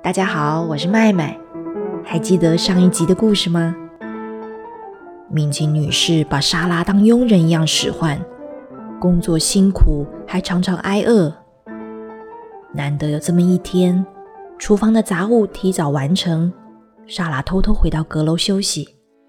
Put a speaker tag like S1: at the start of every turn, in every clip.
S1: 大家好，我是麦麦。还记得上一集的故事吗？敏琴女士把莎拉当佣人一样使唤，工作辛苦，还常常挨饿。难得有这么一天，厨房的杂物提早完成，莎拉偷偷回到阁楼休息。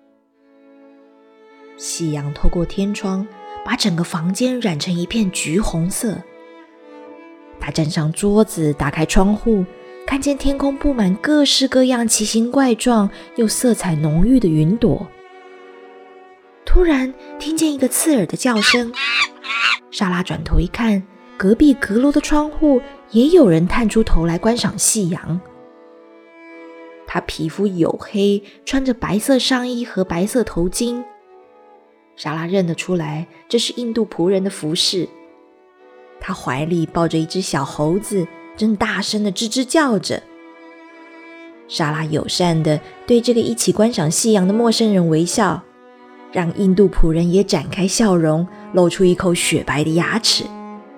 S1: 夕阳透过天窗，把整个房间染成一片橘红色。她站上桌子，打开窗户，看见天空布满各式各样奇形怪状又色彩浓郁的云朵。突然听见一个刺耳的叫声，莎拉转头一看，隔壁阁楼的窗户也有人探出头来观赏夕阳。他皮肤黝黑，穿着白色上衣和白色头巾。莎拉认得出来，这是印度仆人的服饰。他怀里抱着一只小猴子，正大声地吱吱叫着。莎拉友善地对这个一起观赏夕阳的陌生人微笑，让印度仆人也展开笑容，露出一口雪白的牙齿。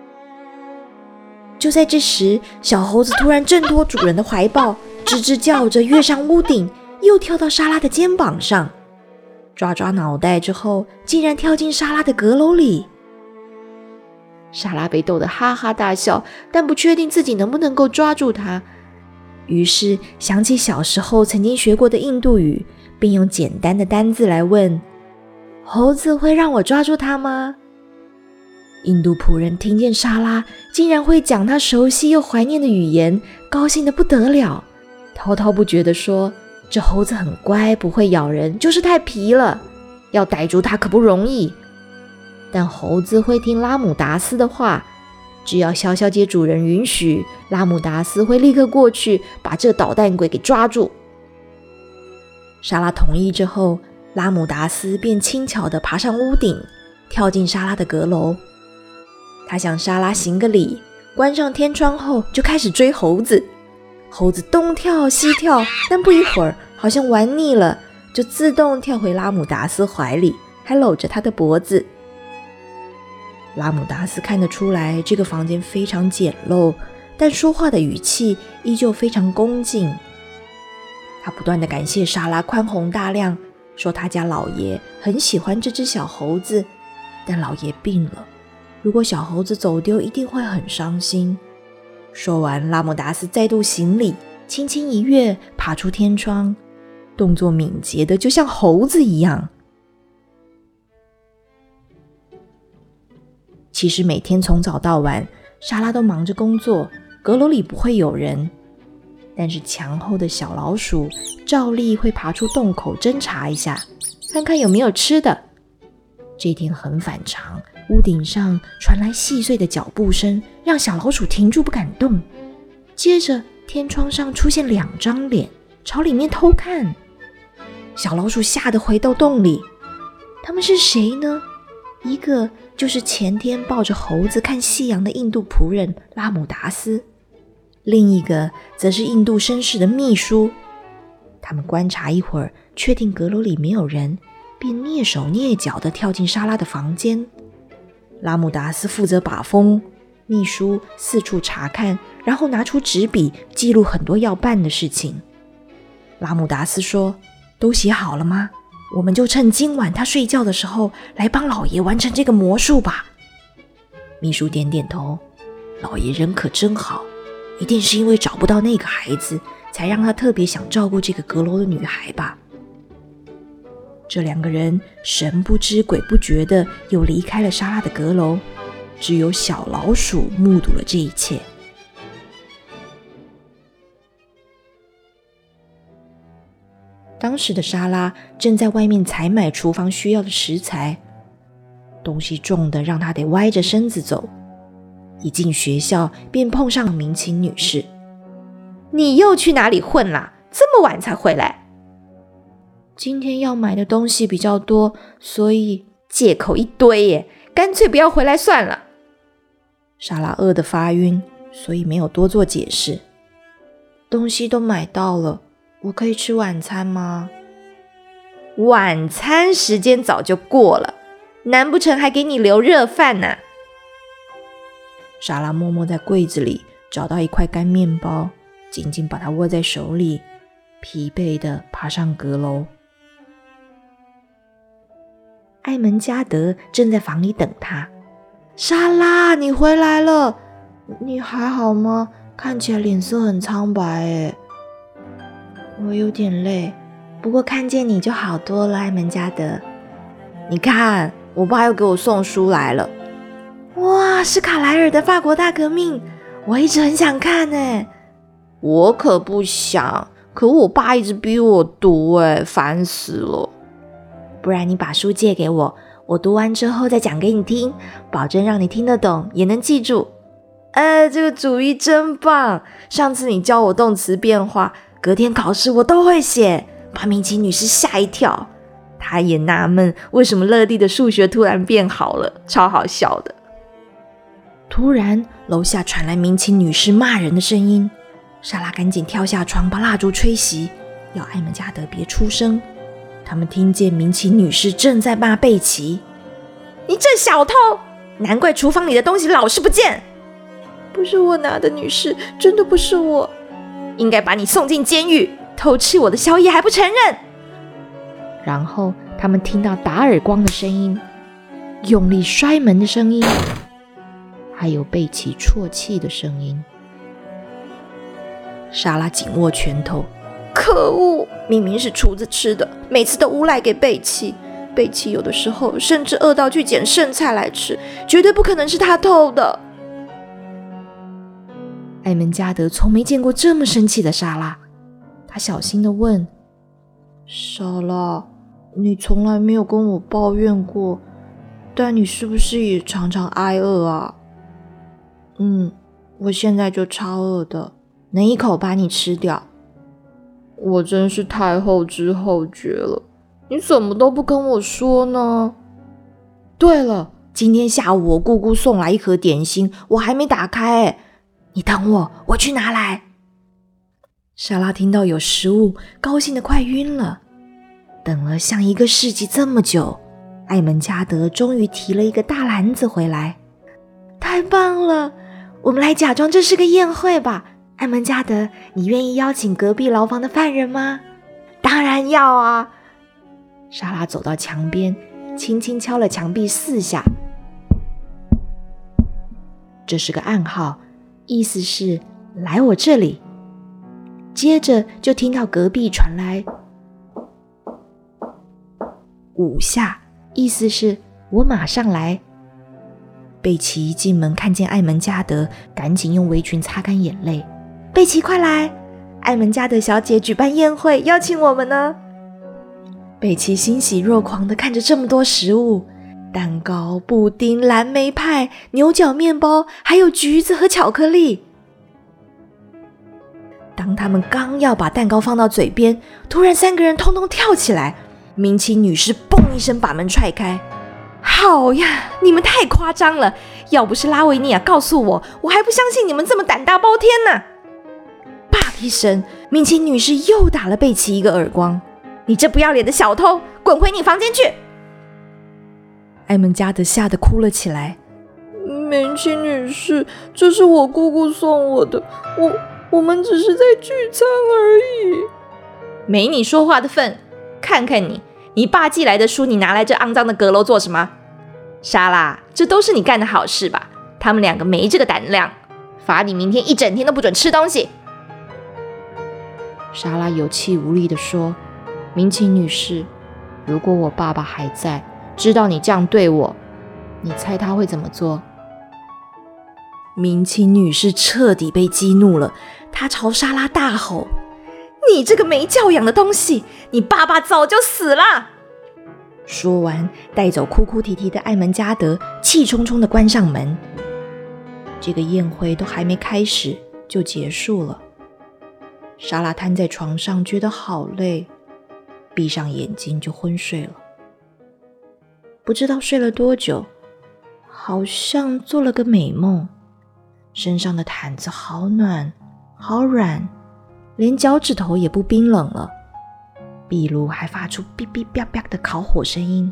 S1: 就在这时，小猴子突然挣脱主人的怀抱，吱吱叫着跃上屋顶，又跳到莎拉的肩膀上，抓脑袋之后，竟然跳进莎拉的阁楼里。莎拉被逗得哈哈大笑，但不确定自己能不能够抓住它，于是想起小时候曾经学过的印度语，并用简单的单字来问：猴子会让我抓住它吗？印度仆人听见莎拉竟然会讲他熟悉又怀念的语言，高兴得不得了，滔滔不绝地说：这猴子很乖，不会咬人，就是太皮了，要逮住它可不容易。但猴子会听拉姆达斯的话，只要小姐主人允许，拉姆达斯会立刻过去把这捣蛋鬼给抓住。莎拉同意之后，拉姆达斯便轻巧地爬上屋顶，跳进莎拉的阁楼。他向莎拉行个礼，关上天窗后就开始追猴子。猴子东跳西跳，但不一会儿好像玩腻了，就自动跳回拉姆达斯怀里，还搂着他的脖子。拉姆达斯看得出来这个房间非常简陋，但说话的语气依旧非常恭敬。他不断地感谢莎拉宽宏大量，说他家老爷很喜欢这只小猴子，但老爷病了，如果小猴子走丢一定会很伤心。说完，拉姆达斯再度行礼，轻轻一跃，爬出天窗，动作敏捷的就像猴子一样。其实每天从早到晚，莎拉都忙着工作，阁楼里不会有人，但是墙后的小老鼠照例会爬出洞口侦查一下，看看有没有吃的。这天很反常，屋顶上传来细碎的脚步声，让小老鼠停住不敢动。接着天窗上出现2张脸，朝里面偷看。小老鼠吓得回到洞里。他们是谁呢？一个就是前天抱着猴子看夕阳的印度仆人拉姆达斯，另一个则是印度绅士的秘书。他们观察一会儿，确定阁楼里没有人，便蹑手蹑脚地跳进莎拉的房间。拉姆达斯负责把风，秘书四处查看，然后拿出纸笔记录很多要办的事情。拉姆达斯说：都写好了吗？我们就趁今晚他睡觉的时候来帮老爷完成这个魔术吧。秘书点点头，老爷人可真好，一定是因为找不到那个孩子，才让他特别想照顾这个阁楼的女孩吧。这2个人神不知鬼不觉的又离开了莎拉的阁楼，只有小老鼠目睹了这一切。当时的莎拉正在外面采买厨房需要的食材，东西重的让她得歪着身子走。一进学校便碰上敏琴女士。你又去哪里混啦？这么晚才回来？今天要买的东西比较多，所以借口一堆耶，干脆不要回来算了。莎拉饿得发晕，所以没有多做解释。东西都买到了，我可以吃晚餐吗？晚餐时间早就过了，难不成还给你留热饭呢？莎拉默默在柜子里找到一块干面包， 紧紧把它握在手里，疲惫地爬上阁楼。艾门加德正在房里等他。莎拉，你回来了，你还好吗？看起来脸色很苍白耶。我有点累，不过看见你就好多了，艾门加德。你看，我爸又给我送书来了。哇，是卡莱尔的法国大革命，我一直很想看耶。我可不想，可我爸一直逼我读耶，烦死了。不然你把书借给我，我读完之后再讲给你听，保证让你听得懂，也能记住。这个主意真棒！上次你教我动词变化，隔天考试我都会写，把明奇女士吓一跳。她也纳闷为什么乐蒂的数学突然变好了，超好笑的。突然，楼下传来明奇女士骂人的声音。莎拉赶紧跳下床，把蜡烛吹熄，要艾门加德别出声。他们听见明奇女士正在骂贝奇：“你这小偷！难怪厨房里的东西老是不见。”“不是我拿的，女士，真的不是我。”“应该把你送进监狱，偷吃我的宵夜还不承认。”然后他们听到打耳光的声音，用力摔门的声音，还有贝奇啜泣的声音。莎拉紧握拳头，可恶！明明是厨子吃的，每次都诬赖给贝奇。贝奇有的时候甚至饿到去捡剩菜来吃，绝对不可能是他偷的。艾门加德从没见过这么生气的莎拉，他小心地问：“莎拉，你从来没有跟我抱怨过，但你是不是也常常挨饿啊？”“我现在就超饿的，能一口把你吃掉。”“我真是太后知后觉了，你怎么都不跟我说呢？”“对了，今天下午我姑姑送来一盒点心，我还没打开你等我，我去拿来。”莎拉听到有食物，高兴得快晕了。等了像1个世纪这么久，艾门加德终于提了一个大篮子回来。“太棒了，我们来假装这是个宴会吧。艾门加德，你愿意邀请隔壁牢房的犯人吗？”“当然要啊！”莎拉走到墙边，轻轻敲了墙壁4下。这是个暗号，意思是来我这里。接着就听到隔壁传来5下，意思是我马上来。贝奇一进门看见艾门加德，赶紧用围裙擦干眼泪。“贝奇，快来！艾门加德小姐举办宴会，邀请我们呢。”贝奇欣喜若狂地看着这么多食物，蛋糕、布丁、蓝莓派、牛角面包，还有橘子和巧克力。当他们刚要把蛋糕放到嘴边，突然3个人通通跳起来，明奇女士嘣一声把门踹开。“好呀，你们太夸张了，要不是拉维尼亚告诉我，我还不相信你们这么胆大包天呢。”啪一声，明奇女士又打了贝奇一个耳光。“你这不要脸的小偷，滚回你房间去！”艾门加德吓得哭了起来。“明奇女士，这是我姑姑送我的，我们只是在聚餐而已。”“没你说话的份，看看你爸寄来的书，你拿来这肮脏的阁楼做什么？”“莎拉，这都是你干的好事吧？他们2个没这个胆量，罚你明天一整天都不准吃东西。”莎拉有气无力地说：“明奇女士，如果我爸爸还在，知道你这样对我，你猜他会怎么做？”明奇女士彻底被激怒了，她朝莎拉大吼：“你这个没教养的东西，你爸爸早就死了！”说完，带走哭哭啼啼的艾门加德，气冲冲地关上门。这个宴会都还没开始就结束了。莎拉瘫在床上，觉得好累，闭上眼睛就昏睡了。不知道睡了多久，好像做了个美梦。身上的毯子好暖好软，连脚趾头也不冰冷了，壁炉还发出哔哔啪啪的烤火声音。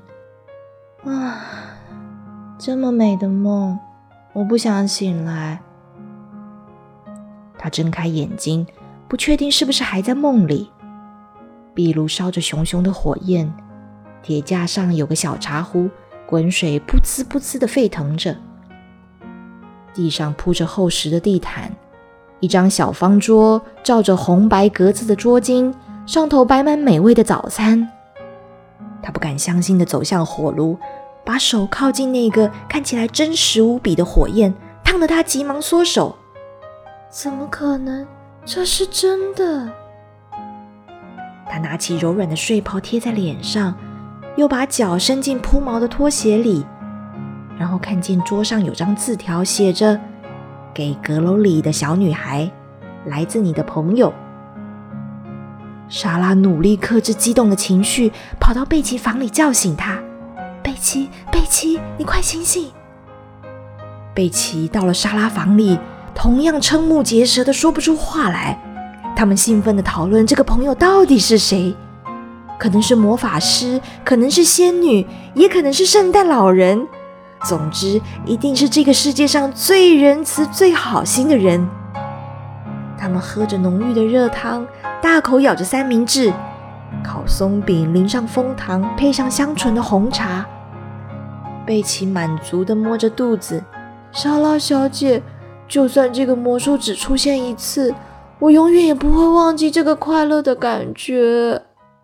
S1: 这么美的梦，我不想醒来。他睁开眼睛， 不确定是不是还在梦里。壁炉烧着熊熊的火焰，铁架上有个小茶壶，滚水噗呲噗呲地沸腾着。地上铺着厚实的地毯，一张小方桌罩着红白格子的桌巾，上头摆满美味的早餐。他不敢相信地走向火炉，把手靠近那个看起来真实无比的火焰，烫得他急忙缩手。怎么可能？这是真的。他拿起柔软的睡袍贴在脸上，又把脚伸进铺毛的拖鞋里，然后看见桌上有张字条，写着给阁楼里的小女孩，来自你的朋友。莎拉努力克制激动的情绪，跑到贝奇房里叫醒她。贝奇，贝奇，你快醒醒！贝奇到了莎拉房里，同样瞠目结舌的说不出话来。他们兴奋地讨论这个朋友到底是谁，可能是魔法师，可能是仙女，也可能是圣诞老人。总之，一定是这个世界上最仁慈、最好心的人。他们喝着浓郁的热汤，大口咬着三明治，烤松饼淋上枫糖，配上香醇的红茶。贝奇满足地摸着肚子，莎拉小姐，就算这个魔术只出现一次，我永远也不会忘记这个快乐的感觉。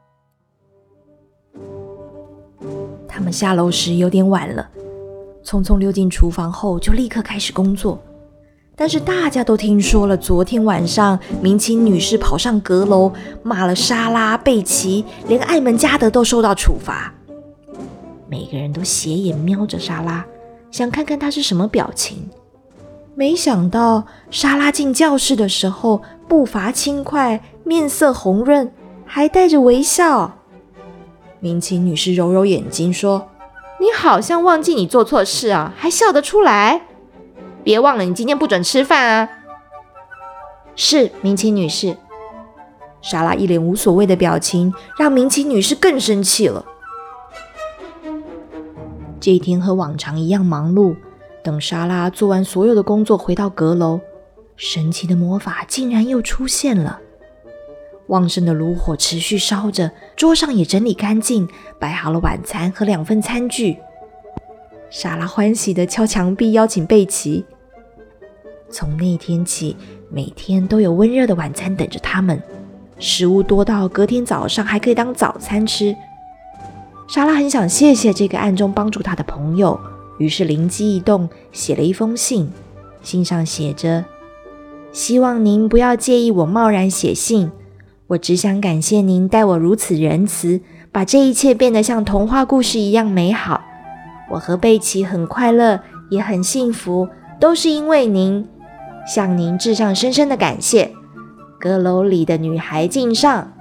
S1: 他们下楼时有点晚了，匆匆溜进厨房后就立刻开始工作。但是大家都听说了昨天晚上明清女士跑上阁楼，骂了莎拉、贝奇，连艾门加德都受到处罚。每个人都斜眼瞄着莎拉，想看看她是什么表情。没想到莎拉进教室的时候步伐轻快，面色红润，还带着微笑。明清女士揉揉眼睛说，你好像忘记你做错事啊，还笑得出来。别忘了你今天不准吃饭啊。是，明清女士。莎拉一脸无所谓的表情让明清女士更生气了。这一天和往常一样忙碌，等莎拉做完所有的工作回到阁楼，神奇的魔法竟然又出现了。旺盛的炉火持续烧着，桌上也整理干净，摆好了晚餐和2份餐具。莎拉欢喜地敲墙壁邀请贝奇。从那天起，每天都有温热的晚餐等着他们，食物多到隔天早上还可以当早餐吃。莎拉很想谢谢这个暗中帮助她的朋友，于是灵机一动，写了一封信。信上写着，希望您不要介意我贸然写信，我只想感谢您待我如此仁慈，把这一切变得像童话故事一样美好。我和贝奇很快乐，也很幸福，都是因为您，向您致上深深的感谢。阁楼里的女孩敬上。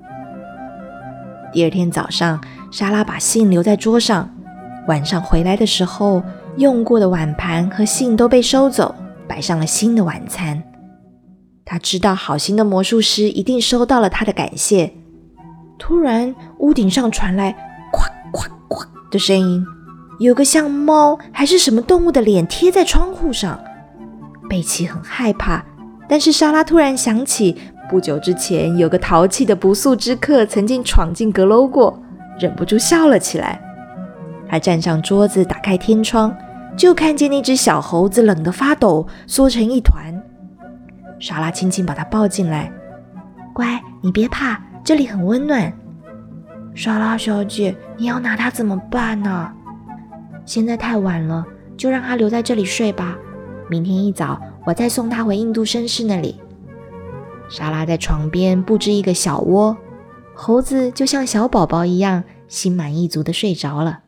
S1: 第二天早上，莎拉把信留在桌上，晚上回来的时候，用过的碗盘和信都被收走，摆上了新的晚餐。她知道好心的魔术师一定收到了她的感谢。突然，屋顶上传来呱呱呱的声音，有个像猫还是什么动物的脸贴在窗户上。贝奇很害怕，但是莎拉突然想起不久之前有个淘气的不速之客曾经闯进阁楼过，忍不住笑了起来。她站上桌子，打开天窗，就看见那只小猴子冷得发抖，缩成一团。莎拉轻轻把它抱进来，乖，你别怕，这里很温暖。莎拉小姐，你要拿它怎么办呢？现在太晚了，就让它留在这里睡吧。明天一早，我再送它回印度绅士那里。莎拉在床边布置一个小窝，猴子就像小宝宝一样，心满意足地睡着了。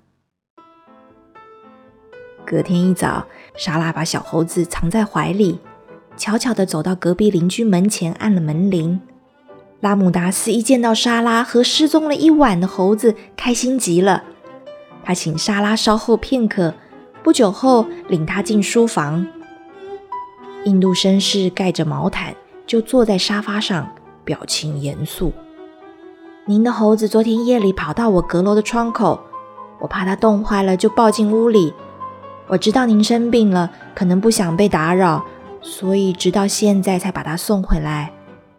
S1: 隔天一早，莎拉把小猴子藏在怀里，悄悄地走到隔壁邻居门前，按了门铃。拉姆达斯一见到莎拉和失踪了一晚的猴子，开心极了。他请莎拉稍后片刻，不久后领她进书房。印度绅士盖着毛毯，就坐在沙发上，表情严肃。您的猴子昨天夜里跑到我阁楼的窗口，我怕它冻坏了，就抱进屋里。我知道您生病了，可能不想被打扰，所以直到现在才把它送回来。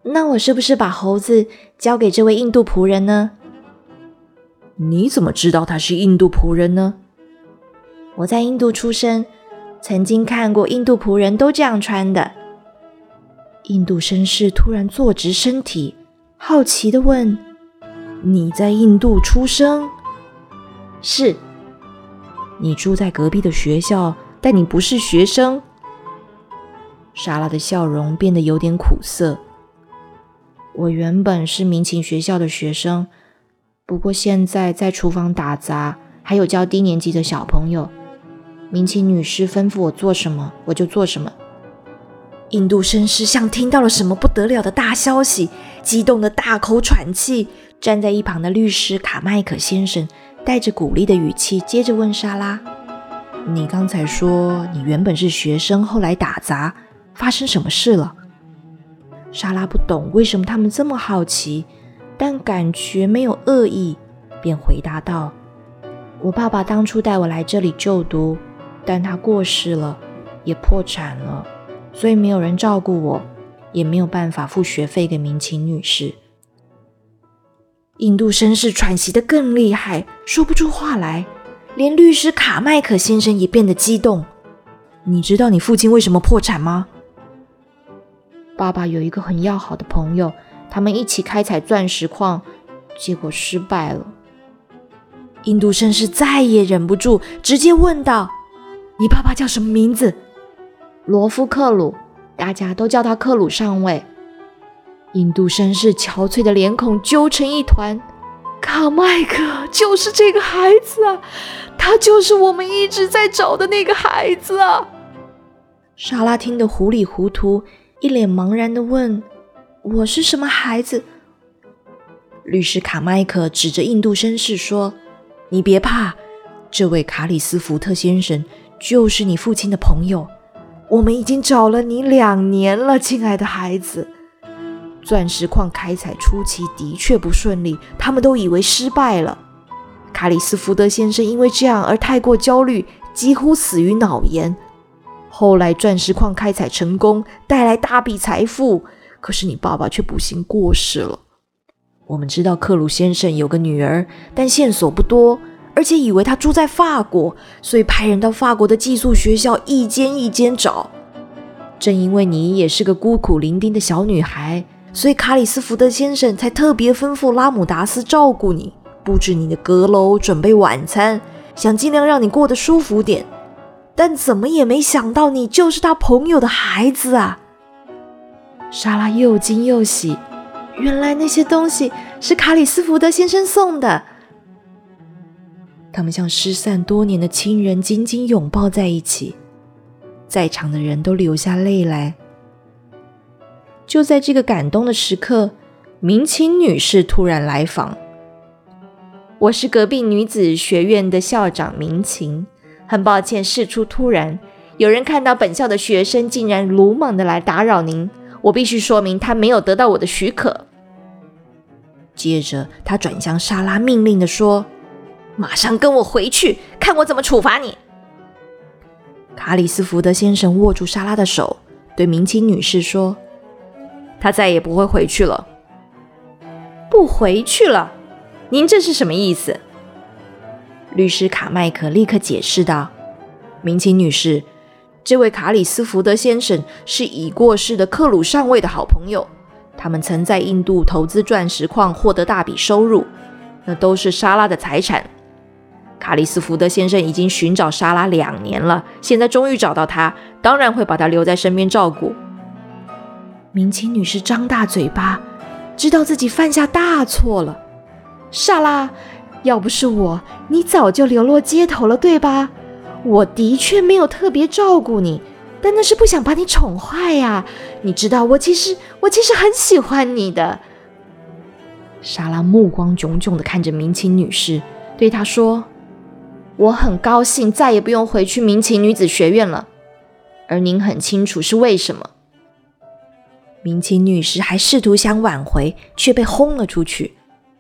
S1: 那我是不是把猴子交给这位印度仆人呢？
S2: 你怎么知道他是印度仆人呢？
S1: 我在印度出生，曾经看过印度仆人都这样穿的。印度绅士突然坐直身体，好奇地问：
S2: 你在印度出生？
S1: 是。
S2: 你住在隔壁的学校，但你不是学生？莎拉的笑容变得有点苦涩。
S1: 我原本是民情学校的学生，不过现在在厨房打杂，还有教低年级的小朋友。民情女士吩咐我做什么，我就做什么。印度绅士像听到了什么不得了的大消息，激动的大口喘气。站在一旁的律师卡麦克先生带着鼓励的语气接着问莎拉：
S2: 你刚才说你原本是学生，后来打杂，发生什么事了？
S1: 莎拉不懂为什么他们这么好奇，但感觉没有恶意，便回答道：我爸爸当初带我来这里就读，但他过世了，也破产了，所以没有人照顾我，也没有办法付学费给民情女士。印度绅士喘息得更厉害，说不出话来，连律师卡麦克先生也变得激动。
S2: 你知道你父亲为什么破产吗？
S1: 爸爸有一个很要好的朋友，他们一起开采钻石矿，结果失败了。印度绅士再也忍不住，直接问道：你爸爸叫什么名字？罗夫克鲁，大家都叫他克鲁上尉。印度绅士憔悴的脸孔揪成一团。卡麦克就是这个孩子啊，他就是我们一直在找的那个孩子啊。莎拉听得糊里糊涂，一脸茫然地问：我是什么孩子？律师卡麦克指着印度绅士说：你别怕，这位卡里斯福特先生就是你父亲的朋友，我们已经找了你2年了，亲爱的孩子。钻石矿开采初期的确不顺利，他们都以为失败了。卡里斯福特先生因为这样而太过焦虑，几乎死于脑炎。后来钻石矿开采成功，带来大笔财富，可是你爸爸却不幸过世了。我们知道克鲁先生有个女儿，但线索不多，而且以为他住在法国，所以派人到法国的寄宿学校一间一间找。正因为你也是个孤苦伶仃的小女孩，所以卡里斯福特先生才特别吩咐拉姆达斯照顾你，布置你的阁楼，准备晚餐，想尽量让你过得舒服点。但怎么也没想到你就是他朋友的孩子啊！莎拉又惊又喜，原来那些东西是卡里斯福特先生送的。他们像失散多年的亲人紧紧拥抱在一起，在场的人都流下泪来。就在这个感动的时刻，民情女士突然来访。我是隔壁女子学院的校长民情，很抱歉事出突然，有人看到本校的学生竟然鲁莽地来打扰您，我必须说明他没有得到我的许可。接着他转向莎拉，命令地说：马上跟我回去，看我怎么处罚你。卡里斯福德先生握住莎拉的手，对民情女士说：他再也不会回去了。不回去了？您这是什么意思？律师卡麦克立刻解释道：民情女士，这位卡里斯福德先生是已过世的克鲁上尉的好朋友，他们曾在印度投资钻石矿，获得大笔收入，那都是莎拉的财产。卡里斯福德先生已经寻找莎拉2年了，现在终于找到他，当然会把他留在身边照顾。民情女士张大嘴巴，知道自己犯下大错了。莎拉，要不是我，你早就流落街头了，对吧？我的确没有特别照顾你，但那是不想把你宠坏呀。你知道，我其实很喜欢你的。莎拉目光炯炯地看着民情女士，对她说：我很高兴再也不用回去民情女子学院了，而您很清楚是为什么。民情女士还试图想挽回，却被轰了出去。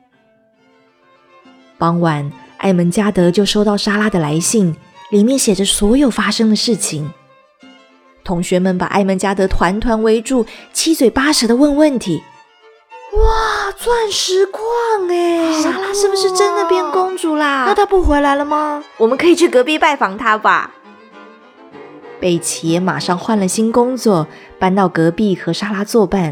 S1: 傍晚，艾门加德就收到莎拉的来信，里面写着所有发生的事情。同学们把艾门加德团团围住，七嘴八舌地问问题， 哇，钻石矿哎！
S2: 莎拉是不是真的变公主啦？
S1: 那她不回来了吗？我们可以去隔壁拜访她吧。
S2: 贝奇也马上换了新工作，搬到隔壁和莎拉作伴。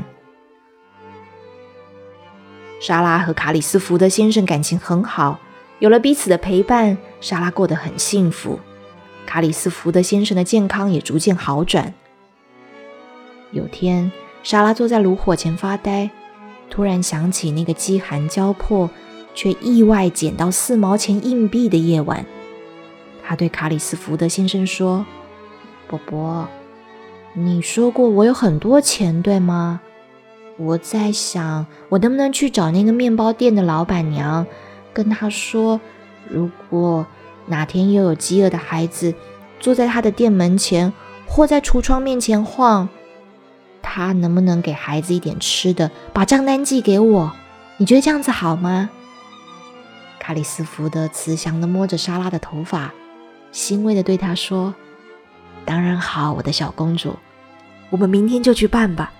S2: 莎拉和卡里斯福德先生感情很好，有了彼此的陪伴，莎拉过得很幸福。卡里斯福德先生的健康也逐渐好转。有天，莎拉坐在炉火前发呆，突然想起那个饥寒交迫却意外捡到4毛钱硬币的夜晚。她对卡里斯福德先生说：伯伯，你说过我有很多钱，对吗？我在想，我能不能去找那个面包店的老板娘，跟她说，如果哪天又有饥饿的孩子坐在她的店门前或在橱窗面前晃，她能不能给孩子一点吃的，把账单寄给我？你觉得这样子好吗？卡里斯福德慈祥地摸着莎拉的头发，欣慰地对她说：当然好，我的小公主，
S1: 我们明天就去办吧。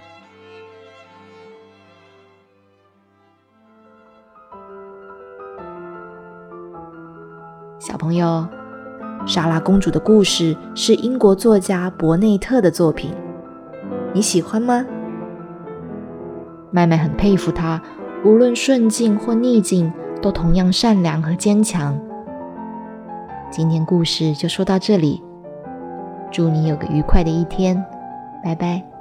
S2: 小朋友，莎拉公主的故事是英国作家伯内特的作品，你喜欢吗？麦麦很佩服她，无论顺境或逆境，都同样善良和坚强。今天故事就说到这里，祝你有个愉快的一天，拜拜。